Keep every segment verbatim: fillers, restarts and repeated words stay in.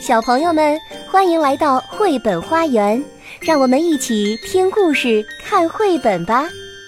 小朋友们，欢迎来到绘本花园，让我们一起听故事、看绘本吧。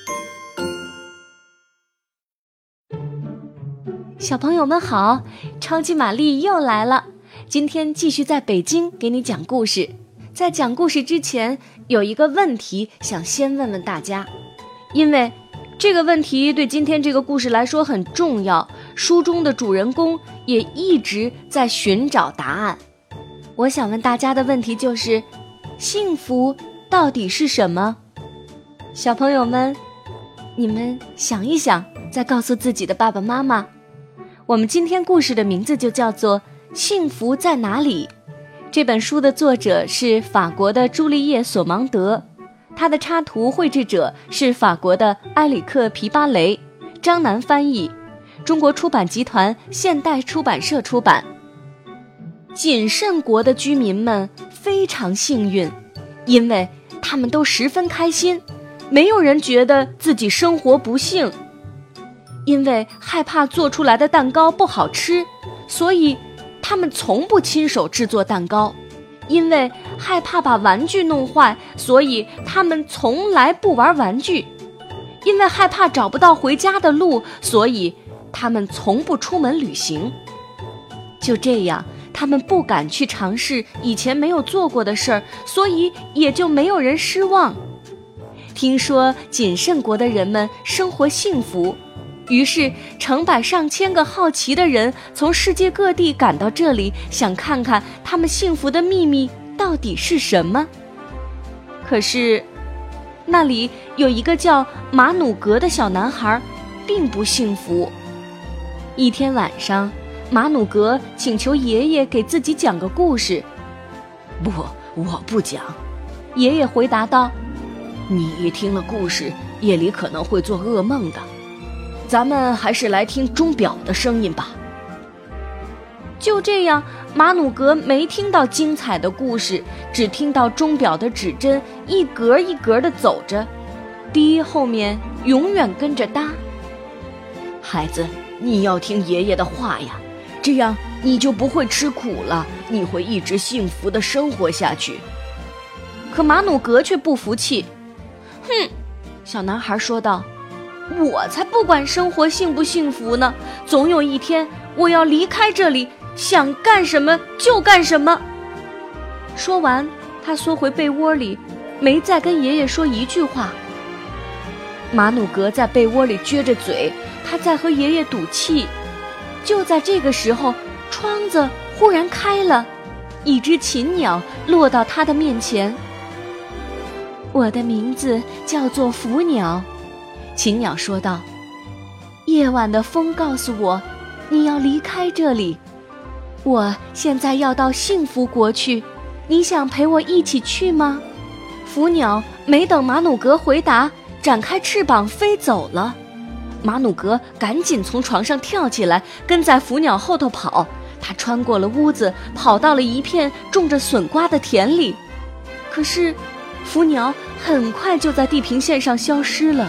小朋友们好，超级玛丽又来了。今天继续在北京给你讲故事。在讲故事之前，有一个问题想先问问大家，因为这个问题对今天这个故事来说很重要，书中的主人公也一直在寻找答案。我想问大家的问题就是，幸福到底是什么？小朋友们，你们想一想，再告诉自己的爸爸妈妈。我们今天故事的名字就叫做《幸福在哪里》。这本书的作者是法国的朱丽叶·索芒德，他的插图绘制者是法国的埃里克·皮巴雷，张楠翻译，中国出版集团现代出版社出版。谨慎国的居民们非常幸运，因为他们都十分开心，没有人觉得自己生活不幸。因为害怕做出来的蛋糕不好吃，所以他们从不亲手制作蛋糕。因为害怕把玩具弄坏，所以他们从来不玩玩具。因为害怕找不到回家的路，所以他们从不出门旅行。就这样，他们不敢去尝试以前没有做过的事儿，所以也就没有人失望。听说谨慎国的人们生活幸福，于是成百上千个好奇的人从世界各地赶到这里，想看看他们幸福的秘密到底是什么。可是那里有一个叫马努格的小男孩并不幸福。一天晚上，马努格请求爷爷给自己讲个故事。 不，我不讲。 爷爷回答道， 你一听了故事，夜里可能会做噩梦的。咱们还是来听钟表的声音吧。 就这样，马努格没听到精彩的故事，只听到钟表的指针一格一格地走着，滴后面永远跟着哒。 孩子，你要听爷爷的话呀，这样你就不会吃苦了，你会一直幸福地生活下去。 可马努格却不服气。哼，小男孩说道，我才不管生活幸不幸福呢，总有一天我要离开这里，想干什么就干什么。说完，他缩回被窝里，没再跟爷爷说一句话。马努格在被窝里撅着嘴，他在和爷爷赌气。就在这个时候，窗子忽然开了，一只禽鸟落到他的面前。我的名字叫做福鸟，禽鸟说道，夜晚的风告诉我，你要离开这里。我现在要到幸福国去，你想陪我一起去吗？福鸟没等马努格回答，展开翅膀飞走了。马努格赶紧从床上跳起来，跟在福鸟后头跑。他穿过了屋子，跑到了一片种着笋瓜的田里。可是福鸟很快就在地平线上消失了。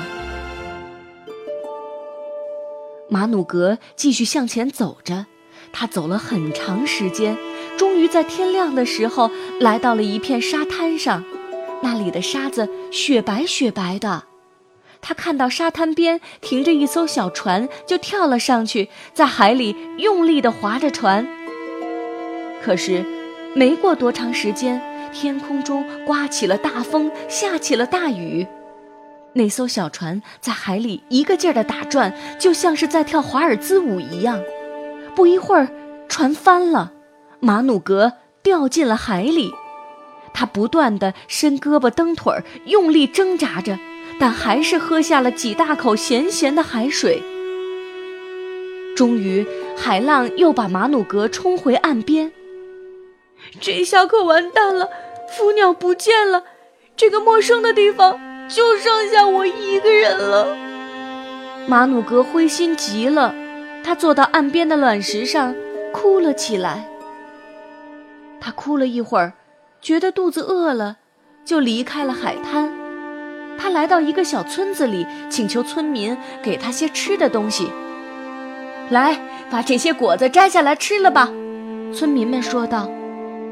马努格继续向前走着，他走了很长时间，终于在天亮的时候来到了一片沙滩上，那里的沙子雪白雪白的。他看到沙滩边停着一艘小船，就跳了上去，在海里用力地划着船。可是没过多长时间，天空中刮起了大风，下起了大雨。那艘小船在海里一个劲儿地打转，就像是在跳华尔兹舞一样。不一会儿，船翻了，马努格掉进了海里。他不断地伸胳膊蹬腿儿，用力挣扎着，但还是喝下了几大口咸咸的海水。终于，海浪又把马努格冲回岸边。这下可完蛋了，福鸟不见了，这个陌生的地方就剩下我一个人了。马努格灰心极了，他坐到岸边的卵石上，哭了起来。他哭了一会儿，觉得肚子饿了，就离开了海滩。他来到一个小村子里，请求村民给他些吃的东西。来，把这些果子摘下来吃了吧，村民们说道。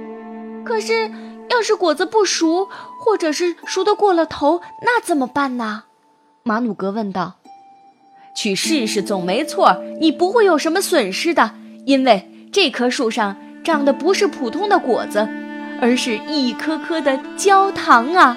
可是要是果子不熟，或者是熟得过了头，那怎么办呢？马努格问道。 去试试总没错，你不会有什么损失的，因为这棵树上长的不是普通的果子，而是一颗颗的焦糖啊。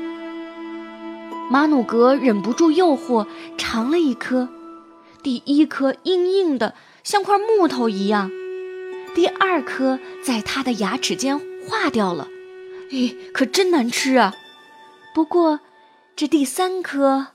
马努格忍不住诱惑，尝了一颗。第一颗硬硬的，像块木头一样；第二颗在他的牙齿间化掉了，哎，可真难吃啊！不过，这第三颗，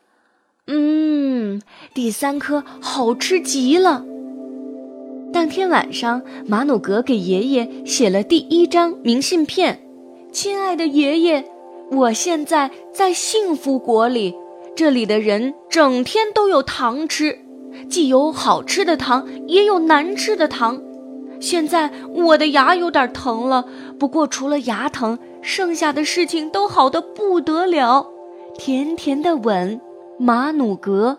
嗯，第三颗好吃极了。当天晚上，马努格给爷爷写了第一张明信片：“亲爱的爷爷，我现在在幸福国里，这里的人整天都有糖吃，既有好吃的糖，也有难吃的糖。现在我的牙有点疼了，不过除了牙疼，剩下的事情都好得不得了。甜甜的吻，马努格。”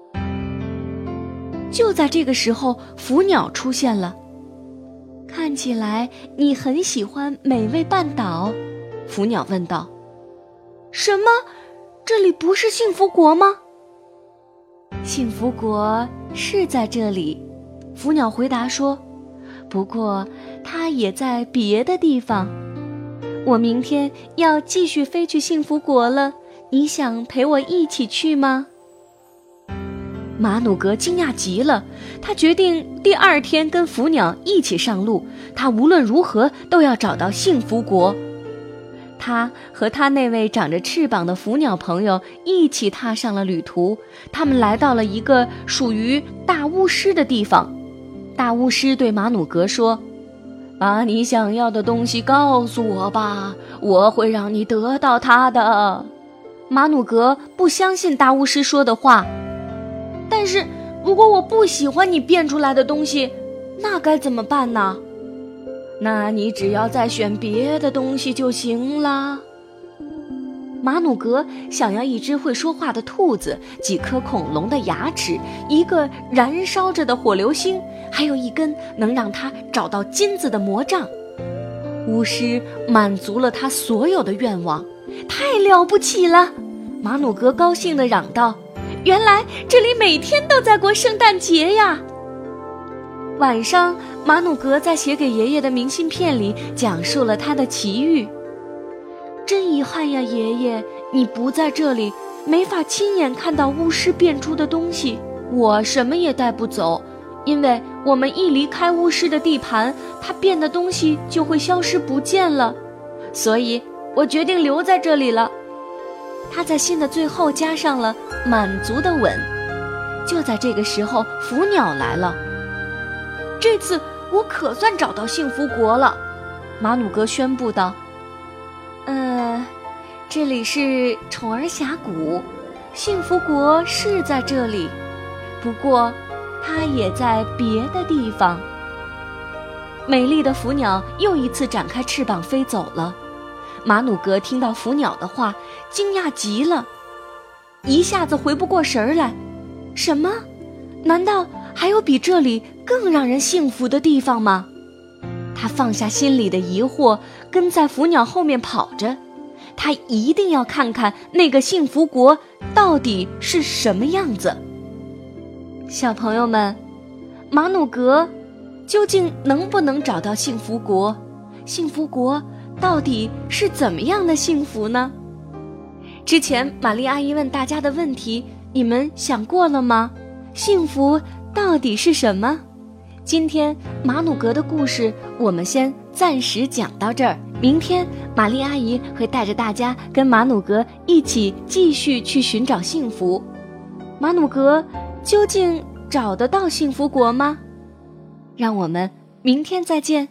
就在这个时候，腐鸟出现了。“看起来你很喜欢美味半岛。”腐鸟问道。“什么？这里不是幸福国吗？”“幸福国是在这里。”腐鸟回答说，“不过它也在别的地方。我明天要继续飞去幸福国了，你想陪我一起去吗？”马努格惊讶极了，他决定第二天跟腐鸟一起上路，他无论如何都要找到幸福国。他和他那位长着翅膀的腐鸟朋友一起踏上了旅途，他们来到了一个属于大巫师的地方。大巫师对马努格说：“把你想要的东西告诉我吧，我会让你得到它的。”马努格不相信大巫师说的话。但是如果我不喜欢你变出来的东西，那该怎么办呢？那你只要再选别的东西就行了。马努格想要一只会说话的兔子，几颗恐龙的牙齿，一个燃烧着的火流星，还有一根能让他找到金子的魔杖。巫师满足了他所有的愿望，太了不起了！马努格高兴地嚷道，原来这里每天都在过圣诞节呀！晚上，马努格在写给爷爷的明信片里讲述了他的奇遇。真遗憾呀，爷爷，你不在这里，没法亲眼看到巫师变出的东西。我什么也带不走，因为我们一离开巫师的地盘，他变的东西就会消失不见了。所以我决定留在这里了。他在信的最后加上了满足的吻。就在这个时候，腐鸟来了。这次我可算找到幸福国了，马努格宣布道。呃，这里是宠儿峡谷，幸福国是在这里，不过它也在别的地方。美丽的腐鸟又一次展开翅膀飞走了。马努格听到腐鸟的话，惊讶极了，一下子回不过神来。什么？难道还有比这里更让人幸福的地方吗？他放下心里的疑惑，跟在腐鸟后面跑着。他一定要看看那个幸福国到底是什么样子。小朋友们，马努格究竟能不能找到幸福国？幸福国到底是怎么样的幸福呢？之前玛丽阿姨问大家的问题，你们想过了吗？幸福到底是什么？今天马努格的故事我们先暂时讲到这儿，明天玛丽阿姨会带着大家跟马努格一起继续去寻找幸福。马努格究竟找得到幸福国吗？让我们明天再见。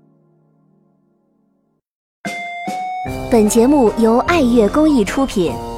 本节目由爱乐公益出品。